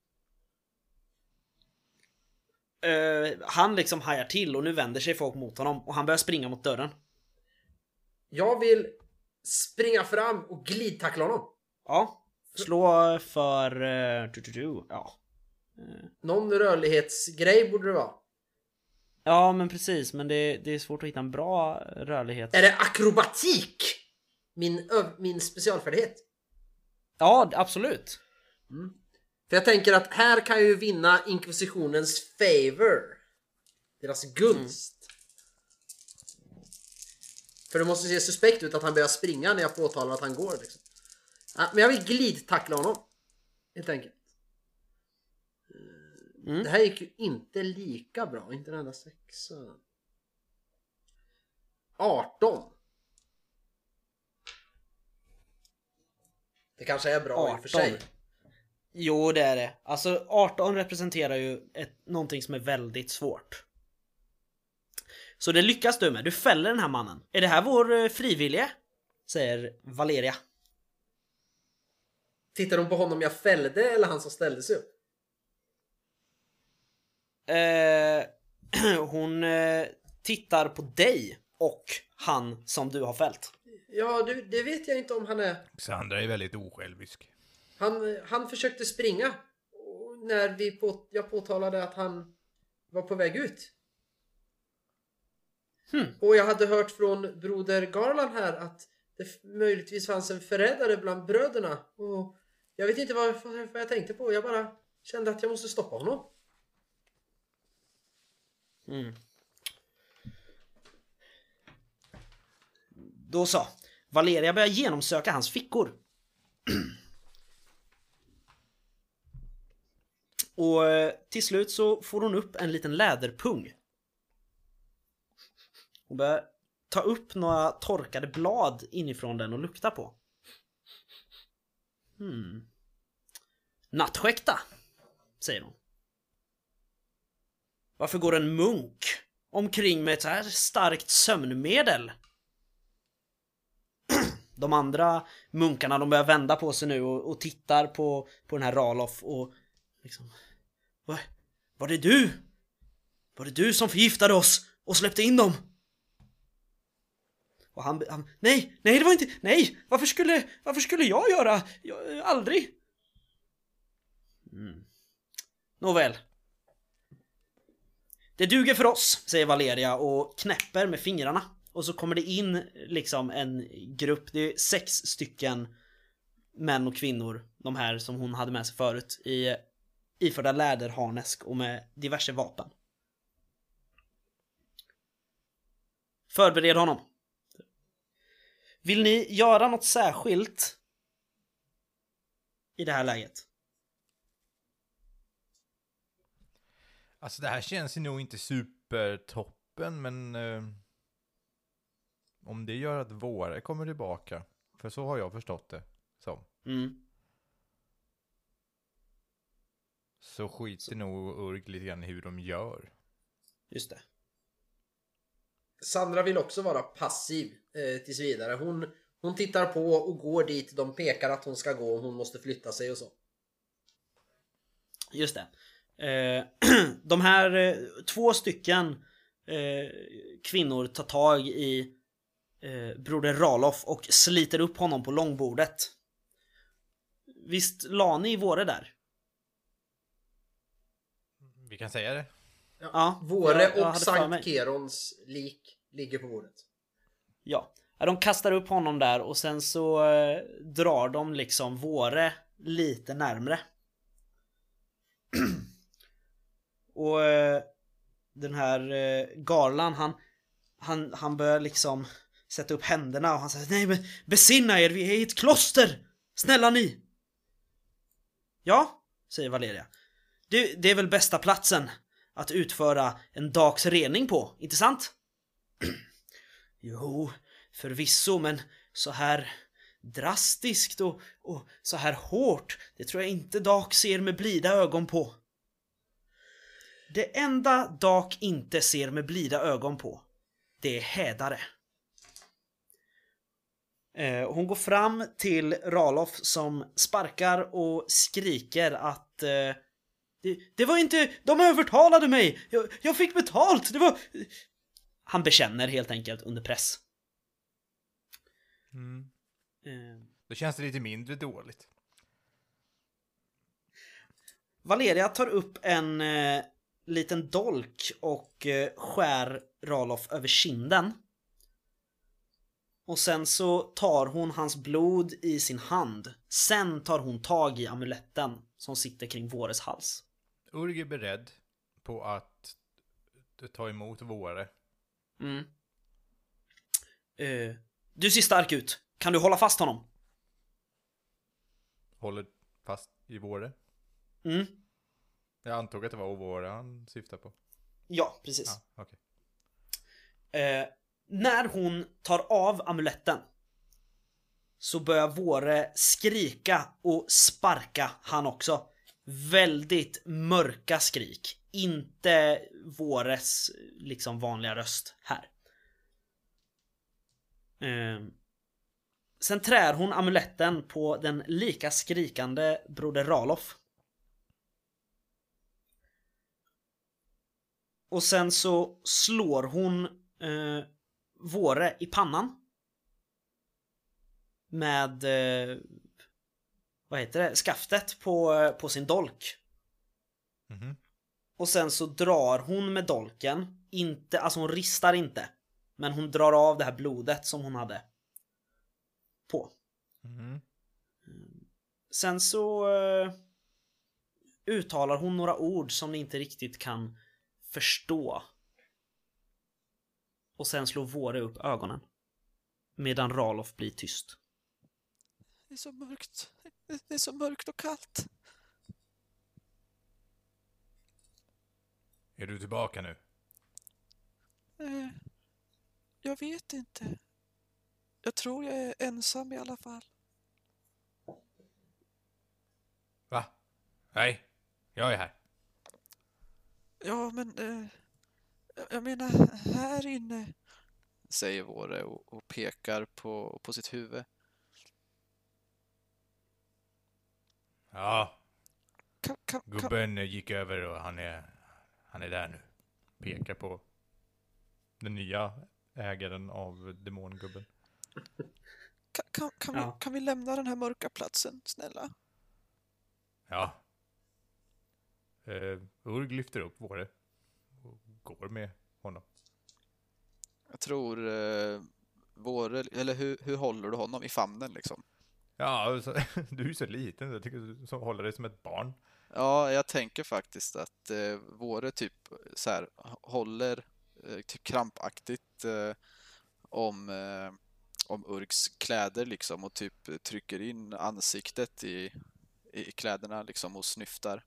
Han liksom hajar till och nu vänder sig folk mot honom och han börjar springa mot dörren. Jag vill springa fram och glidtackla honom. Ja. Slå för... ja. Någon rörlighetsgrej borde det vara. Ja, men precis. Men det är svårt att hitta en bra rörlighet. Är det akrobatik? Min specialfärdighet? Ja, absolut. För jag tänker att här kan jag ju vinna inkvisitionens favor. Deras gunst. För det måste se suspekt ut att han börjar springa när jag påtalar att han går liksom. Ja, men jag vill glidtackla honom. Helt enkelt. Det här gick ju inte lika bra. Inte den enda 6. 18. Det kanske är bra 18. I och för sig. Jo, det är det. Alltså 18 representerar ju någonting som är väldigt svårt. Så det lyckas du med. Du fäller den här mannen. Är det här vår frivillige? Säger Valeria. Tittar de på honom jag fällde eller han som ställde sig upp? Hon tittar på dig och han som du har fällt. Ja, det vet jag inte om han är. Sandra är väldigt osjälvisk. Han försökte springa när jag påtalade att han var på väg ut. Och jag hade hört från broder Garland här att det möjligtvis fanns en förrädare bland bröderna. Och jag vet inte vad jag tänkte på. Jag bara kände att jag måste stoppa honom. Då så. Valeria börjar genomsöka hans fickor. Och till slut så får hon upp en liten läderpung. Hon börjar ta upp några torkade blad inifrån den och lukta på. Nattskäkta, säger hon. Varför går en munk omkring med ett så här starkt sömnmedel? De andra munkarna, de börjar vända på sig nu och tittar på den här Ralof och liksom... Var det du? Var det du som förgiftade oss och släppte in dem? Och han nej, det var inte... Nej, varför skulle jag göra? Aldrig. Nåväl. Det duger för oss, säger Valeria och knäpper med fingrarna. Och så kommer det in liksom en grupp. Det är 6 stycken män och kvinnor, de här som hon hade med sig förut, i iförda läderharnesk och med diverse vapen. Förbered honom. Vill ni göra något särskilt i det här läget? Alltså det här känns ju nog inte supertoppen, men om det gör att Våre kommer tillbaka, för så har jag förstått det som. Så skiter nog Urg lite grann i hur de gör. Just det. Sandra vill också vara passiv tills vidare. Hon tittar på och går dit de pekar att hon ska gå och hon måste flytta sig och så. Just det. De här 2 stycken kvinnor tar tag i broder Ralof och sliter upp honom på långbordet. Visst la ni Våre där? Vi kan säga det. Ja, Våre jag och Sankt Kerons lik ligger på bordet. Ja, de kastar upp honom där och sen så drar de liksom Våre lite närmre. Och den här Garland, han börjar liksom sätta upp händerna och han säger: nej men besinna er, vi är i ett kloster! Snälla ni! Ja, säger Valeria. Det är väl bästa platsen att utföra en dags rening på, inte sant? Jo, förvisso, men så här drastiskt och så här hårt, det tror jag inte Dak ser med blida ögon på. Det enda Dak inte ser med blida ögon på, det är hädare. Hon går fram till Ralof som sparkar och skriker att det var inte, de övertalade mig, jag fick betalt, det var... Han bekänner helt enkelt under press. Då känns det lite mindre dåligt. Valeria tar upp en liten dolk och skär Ralof över kinden. Och sen så tar hon hans blod i sin hand. Sen tar hon tag i amuletten som sitter kring Våres hals. Urg är beredd på att ta emot Våre. Du ser stark ut. Kan du hålla fast honom? Håller fast i Våre. Jag antog att det var Våre han syftar på. Ja, precis. Okay. När hon tar av amuletten så börjar Våre skrika och sparka han också. Väldigt mörka skrik. Inte Våres liksom vanliga röst här. Sen trär hon amuletten på den lika skrikande broder Ralof. Och sen så slår hon Våre i pannan. Med vad heter det? Skaftet på sin dolk. Och sen så drar hon med dolken. Inte, alltså hon ristar inte. Men hon drar av det här blodet som hon hade på. Sen så uttalar hon några ord som ni inte riktigt kan förstå. Och sen slår Våre upp ögonen. Medan Ralof blir tyst. Det är så mörkt. Det är så mörkt och kallt. Är du tillbaka nu? Jag vet inte. Jag tror jag är ensam i alla fall. Va? Nej, jag är här. Ja, men jag menar här inne, säger Våre och pekar på sitt huvud. Ja. Kan... Gubben gick över och han är där nu. Pekar på den nya ägaren av demongubben. Kan vi lämna den här mörka platsen, snälla? Ja. Urg lyfter upp Våre och går med honom. Jag tror eller hur håller du honom i famnen liksom? Ja, så, du är ju så liten, jag tycker du håller dig som ett barn. Ja, jag tänker faktiskt att Våre typ så här håller typ krampaktigt om Urgs kläder liksom och typ trycker in ansiktet i kläderna liksom och snyftar.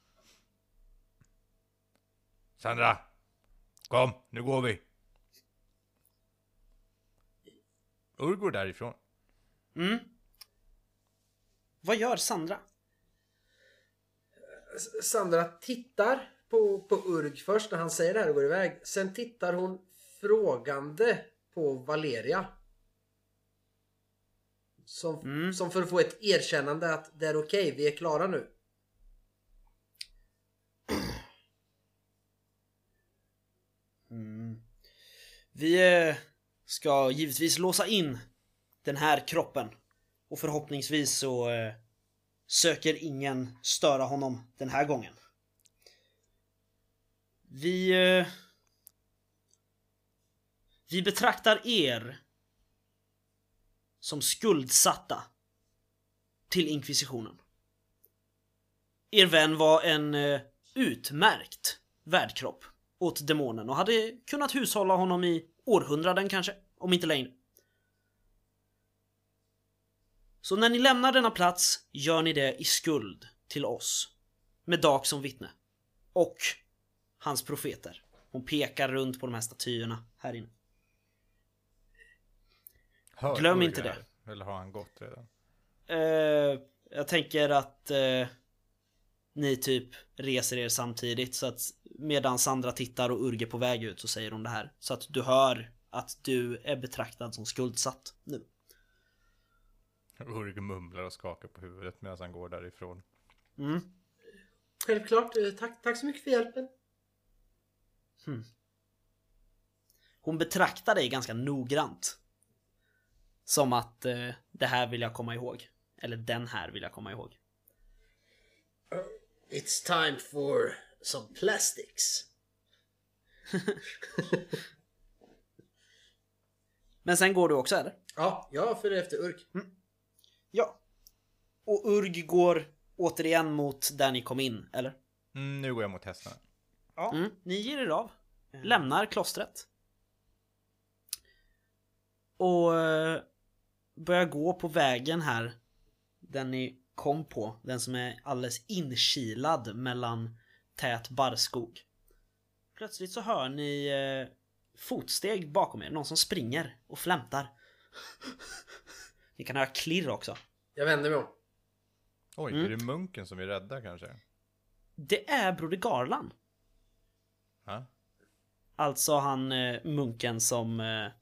Sandra! Kom, nu går vi! Urg går därifrån. Mm. Vad gör Sandra? Sandra tittar på Urg först när han säger det här och går iväg. Sen tittar hon frågande på Valeria. Som för att få ett erkännande att det är okej, vi är klara nu. Vi ska givetvis låsa in den här kroppen. Och förhoppningsvis så söker ingen störa honom den här gången. Vi betraktar er som skuldsatta till inkvisitionen. Er vän var en utmärkt värdkropp åt demonen och hade kunnat hushålla honom i århundraden kanske, om inte längre. Så när ni lämnar denna plats gör ni det i skuld till oss, med Dag som vittne och hans profeter. Hon pekar runt på de här statyerna här inne. Glöm inte det. Eller har han gått redan? Jag tänker att ni typ reser er samtidigt, så att medan Sandra tittar och Urge på väg ut så säger hon det här. Så att du hör att du är betraktad som skuldsatt nu. Urge mumlar och skakar på huvudet medan han går därifrån. Självklart, tack så mycket för hjälpen. Hon betraktar dig ganska noggrant. Som att det här vill jag komma ihåg. Eller den här vill jag komma ihåg. It's time for some plastics. Men sen går du också, eller? Ja, jag följer efter Urg. Ja. Och Urg går återigen mot där ni kom in, eller? Nu går jag mot hästarna. Ja. Ni ger er av. Lämnar klostret. Och börjar gå på vägen här. Den ni kom på. Den som är alldeles inkilad mellan tät barrskog. Plötsligt så hör ni fotsteg bakom er. Någon som springer och flämtar. Ni kan höra klirr också. Jag vänder mig om. Oj, är det munken som är rädda kanske? Det är Broder Garland. Ja. Alltså han munken som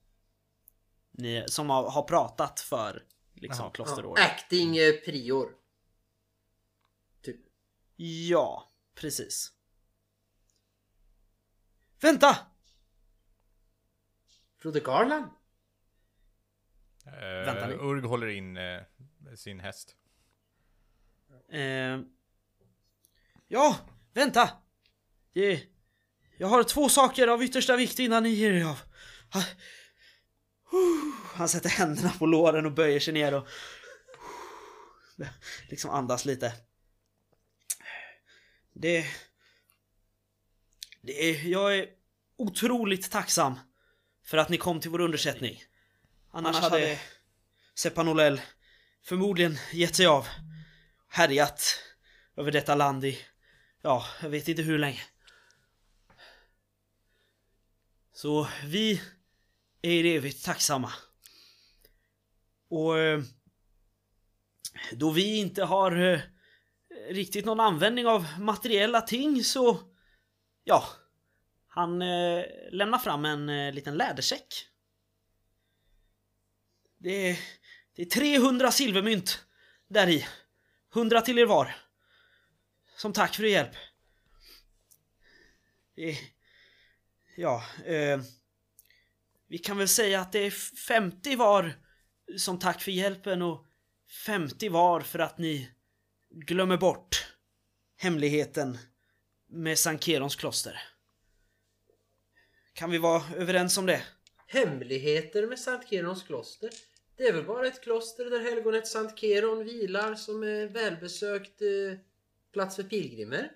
som har pratat för liksom klosterrådet. Acting prior. Typ. Ja, precis. Vänta! Broder Garland? Vänta ni. Urg håller in sin häst. Ja, vänta! Jag har 2 saker av yttersta vikt innan ni ger er av. Han sätter händerna på låren och böjer sig ner och liksom andas lite. Jag är otroligt tacksam för att ni kom till vår undersättning. Annars hade Sepanolel förmodligen gett sig av, härjat över detta land i, ja, jag vet inte hur länge. Så vi är evigt tacksamma. Och då vi inte har riktigt någon användning av materiella ting så, ja, han lämnar fram en liten lädersäck. Det är 300 silvermynt där i. 100 till er var. Som tack för er hjälp. Vi kan väl säga att det är 50 var som tack för hjälpen och 50 var för att ni glömmer bort hemligheten med Sankt Kerons kloster. Kan vi vara överens om det? hemligheter med Sankt Kerons kloster? Det är väl bara ett kloster där helgonet Sankt Keron vilar som är välbesökt plats för pilgrimer.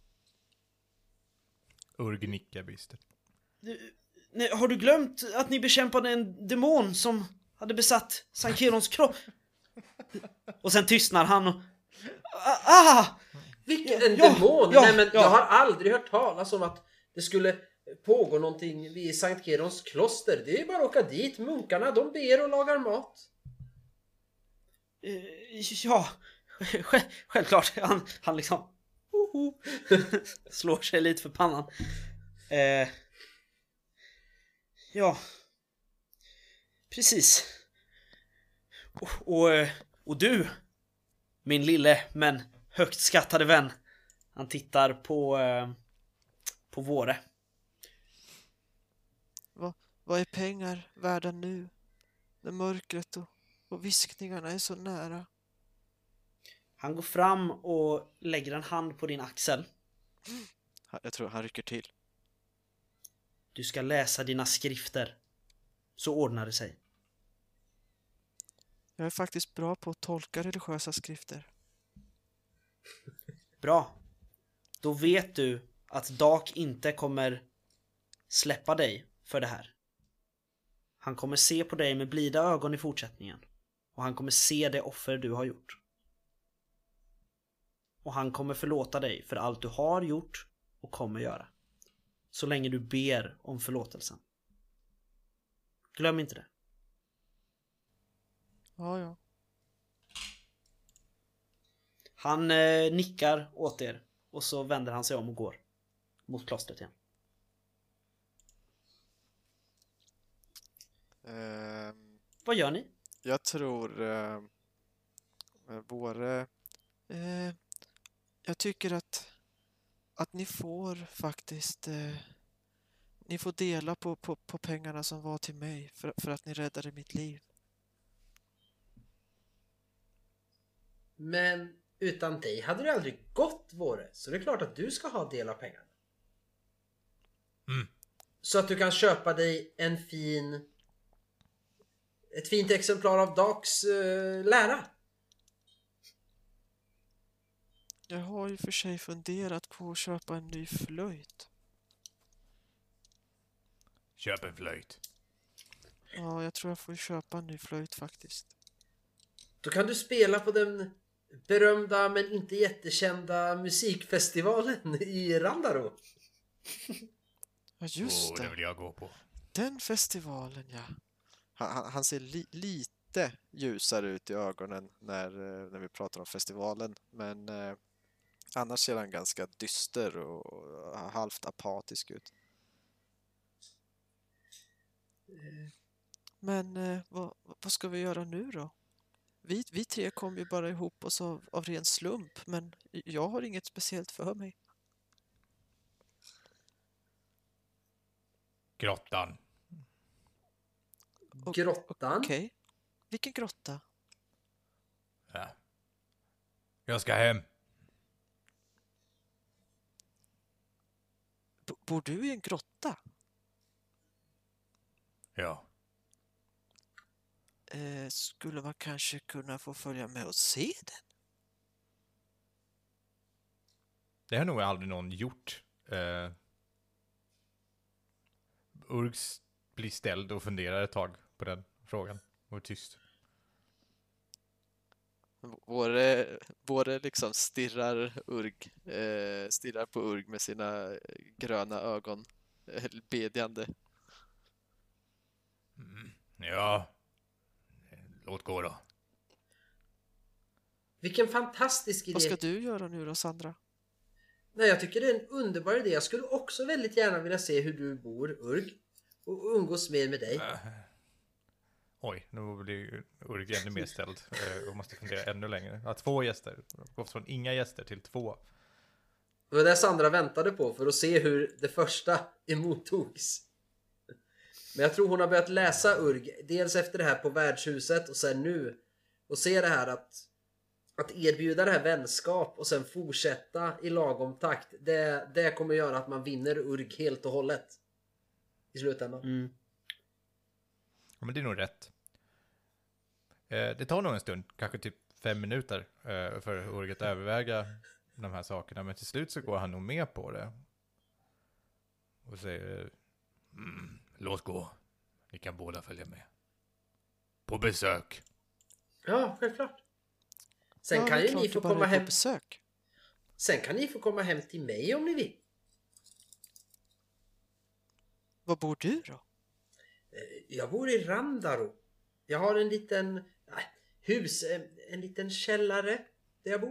Urg nickar bistert. Nej, har du glömt att ni bekämpade en demon som hade besatt Sankt Kerons kropp? Och sen tystnar han och... Vilken demon? Nej, men jag har aldrig hört talas om att det skulle pågå någonting vid Sankt Kerons kloster. Det är bara att åka dit. Munkarna, de ber och lagar mat. Ja, självklart. Han liksom slår sig lite för pannan. Ja, precis. Och du, min lille men högt skattade vän. Han tittar på Våre. Vad är pengar värda nu? När mörkret och viskningarna är så nära. Han går fram och lägger en hand på din axel. Jag tror han rycker till. Du ska läsa dina skrifter. Så ordnar det sig. Jag är faktiskt bra på att tolka religiösa skrifter. Bra. Då vet du att Dak inte kommer släppa dig för det här. Han kommer se på dig med blida ögon i fortsättningen. Och han kommer se det offer du har gjort. Och han kommer förlåta dig för allt du har gjort och kommer göra. Så länge du ber om förlåtelsen. Glöm inte det. Ja. Han nickar åt er. Och så vänder han sig om och går mot klostret igen. Vad gör ni? Jag tror Våre... jag tycker att ni får faktiskt... ni får dela på pengarna som var till mig för att ni räddade mitt liv. Men utan dig hade det aldrig gått, Våre. Så det är klart att du ska ha del av pengarna. Så att du kan köpa dig ett fint exemplar av Daks lära. Jag har ju för sig funderat på att köpa en ny flöjt. Köp en flöjt. Ja, jag tror jag får köpa en ny flöjt faktiskt. Då kan du spela på den berömda men inte jättekända musikfestivalen i Randaro. Ja, just det det. vill jag gå på. Den festivalen, ja. Han ser lite ljusare ut i ögonen när vi pratar om festivalen. Men annars ser han ganska dyster och halvt apatisk ut. Men vad ska vi göra nu då? Vi tre kom ju bara ihop oss av ren slump, men jag har inget speciellt för mig. Grottan. Grottan? Okej. Vilken grotta? Ja. Jag ska hem. Bor du i en grotta? Ja. Skulle man kanske kunna få följa med och se den? Det har nog aldrig någon gjort. Urgs blir ställd och funderar ett tag på den frågan. Och är tyst. Våre liksom stirrar på Urg med sina gröna ögon bedjande. Ja. Låt gå då. Vilken fantastisk idé. Vad ska du göra nu då, Sandra? Nej, jag tycker det är en underbar idé. Jag skulle också väldigt gärna vilja se hur du bor, Urg. Och umgås mer med dig. Oj, nu blir Urg ännu mer ställd. Och måste fundera ännu längre. Ja, 2 gäster. Gått från inga gäster till 2. Det var det Sandra väntade på för att se hur det första emottogs. Men jag tror hon har börjat läsa Urg. Dels efter det här på värdshuset och sen nu. Och se det här att erbjuda det här vänskap och sen fortsätta i lagom takt. Det kommer göra att man vinner Urg helt och hållet. I slutändan. Ja, men det är nog rätt. Det tar nog en stund, kanske typ 5 minuter för Org att överväga de här sakerna. Men till slut så går han nog med på det. Och säger, låt gå. Ni kan båda följa med. På besök. Ja, självklart. Sen Ja, kan det är ju klart ni du få bara komma är på hem. besök. Sen kan ni få komma hem till mig om ni vill. Var bor du då? Jag bor i Randaro. Jag har en liten hus, en liten källare där jag bor.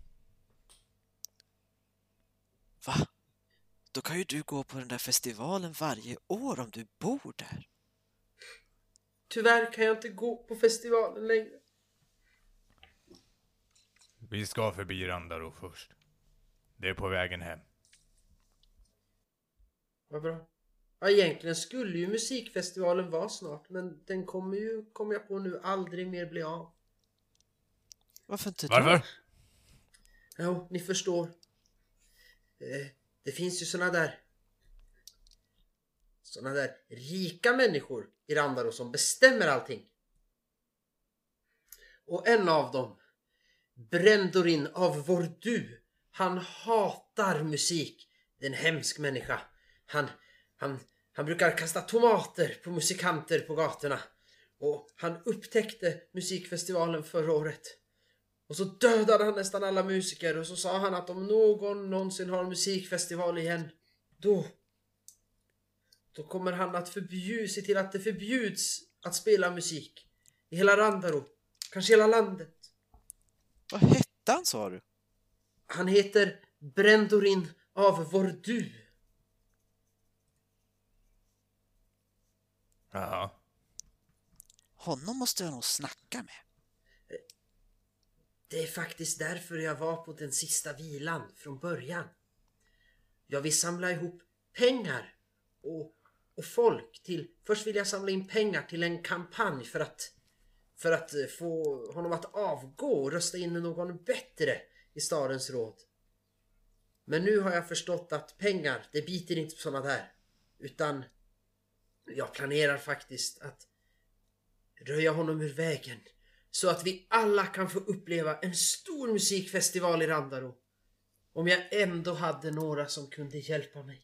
Va? Då kan ju du gå på den där festivalen varje år om du bor där. Tyvärr kan jag inte gå på festivalen längre. Vi ska förbi Randaro först. Det är på vägen hem. Vad bra. Ja, egentligen skulle ju musikfestivalen vara snart, men den kommer jag på nu, aldrig mer bli av. Varför inte Varför? då? Ja, ni förstår. Det finns ju såna där rika människor i Randaro som bestämmer allting. Och en av dem, Brendorin av Vordu, han hatar musik. Det är en hemsk människa. Han brukar kasta tomater på musikanter på gatorna. Och han upptäckte musikfestivalen förra året. Och så dödade han nästan alla musiker. Och så sa han att om någon någonsin har musikfestival igen, då kommer han att se till att det förbjuds att spela musik i hela Randaro. Kanske hela landet. Vad hette han, sa du? Han heter Brendorin av Vordu. Ja. Honom måste jag nog snacka med. Det är faktiskt därför jag var på den sista vilan från början. Jag vill samla ihop pengar och folk till... Först vill jag samla in pengar till en kampanj för att få honom att avgå och rösta in någon bättre i stadens råd. Men nu har jag förstått att pengar, det biter inte på såna där. Utan jag planerar faktiskt att röja honom ur vägen. Så att vi alla kan få uppleva en stor musikfestival i Randaro. Om jag ändå hade några som kunde hjälpa mig.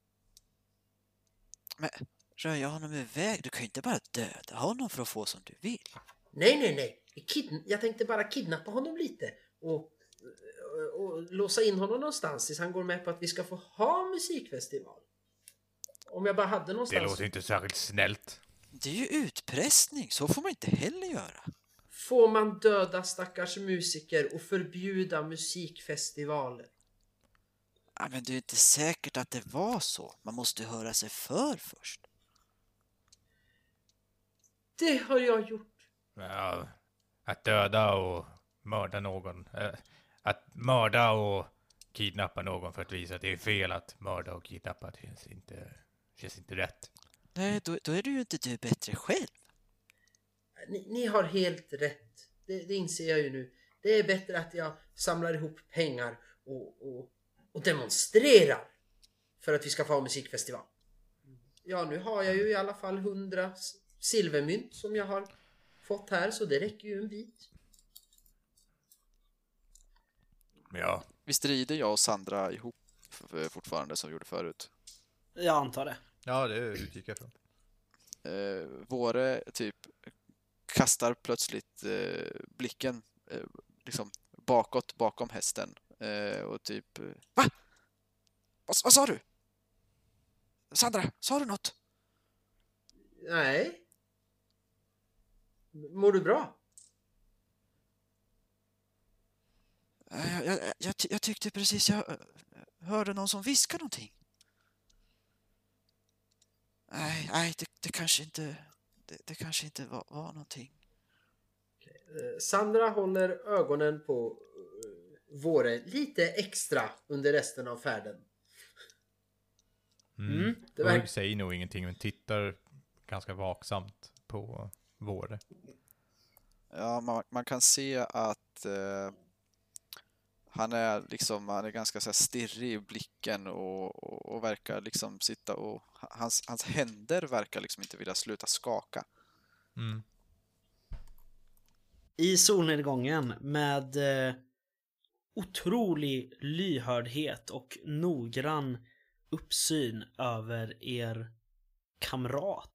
Men röja honom iväg? Du kan ju inte bara döda honom för att få som du vill. Nej. Jag tänkte bara kidnappa honom lite. Och låsa in honom någonstans tills han går med på att vi ska få ha musikfestival. Om jag bara hade någonstans. Det låter inte särskilt snällt. Det är ju utpressning. Så får man inte heller göra. Får man döda stackars musiker och förbjuda musikfestivaler? Ja, men det är inte säkert att det var så. Man måste höra sig för först. Det har jag gjort. Ja, att döda och mörda någon. Att mörda och kidnappa någon för att visa att det är fel att mörda och kidnappa. Det känns inte rätt. Nej, då är du ju inte du bättre själv. Ni har helt rätt. Det inser jag ju nu. Det är bättre att jag samlar ihop pengar och demonstrerar för att vi ska få ha musikfestival. Ja, nu har jag ju i alla fall 100 silvermynt som jag har fått här, så det räcker ju en bit. Ja. Vi strider jag och Sandra ihop fortfarande som vi gjorde förut. Jag antar det. Ja, det utgick jag från. Våre typ kastar plötsligt blicken liksom bakåt bakom hästen och typ va? Vad sa du? Sandra, sa du något? Nej. Mår du bra? Jag tyckte precis jag hörde någon som viskade någonting. Nej, det kanske inte det kanske inte var någonting. Sandra håller ögonen på Våre lite extra under resten av färden. Org säger nog ingenting, men tittar ganska vaksamt på Våre. Ja, man kan se att han är ganska så här stirrig i blicken och verkar liksom sitta och hans händer verkar liksom inte vilja sluta skaka. I solnedgången med otrolig lyhördhet och noggrann uppsyn över er kamrat.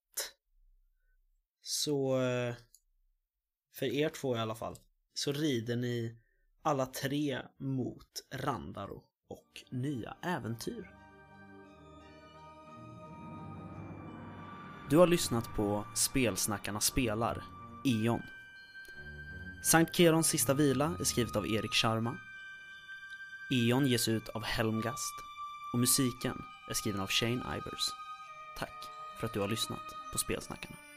Så för er två i alla fall så rider ni alla tre mot Randaro och nya äventyr. Du har lyssnat på Spelsnackarna spelar Eon. Sankt Kerons sista vila är skrivet av Erik Sharma. Eon ges ut av Helmgast och musiken är skriven av Shane Ivers. Tack för att du har lyssnat på Spelsnackarna.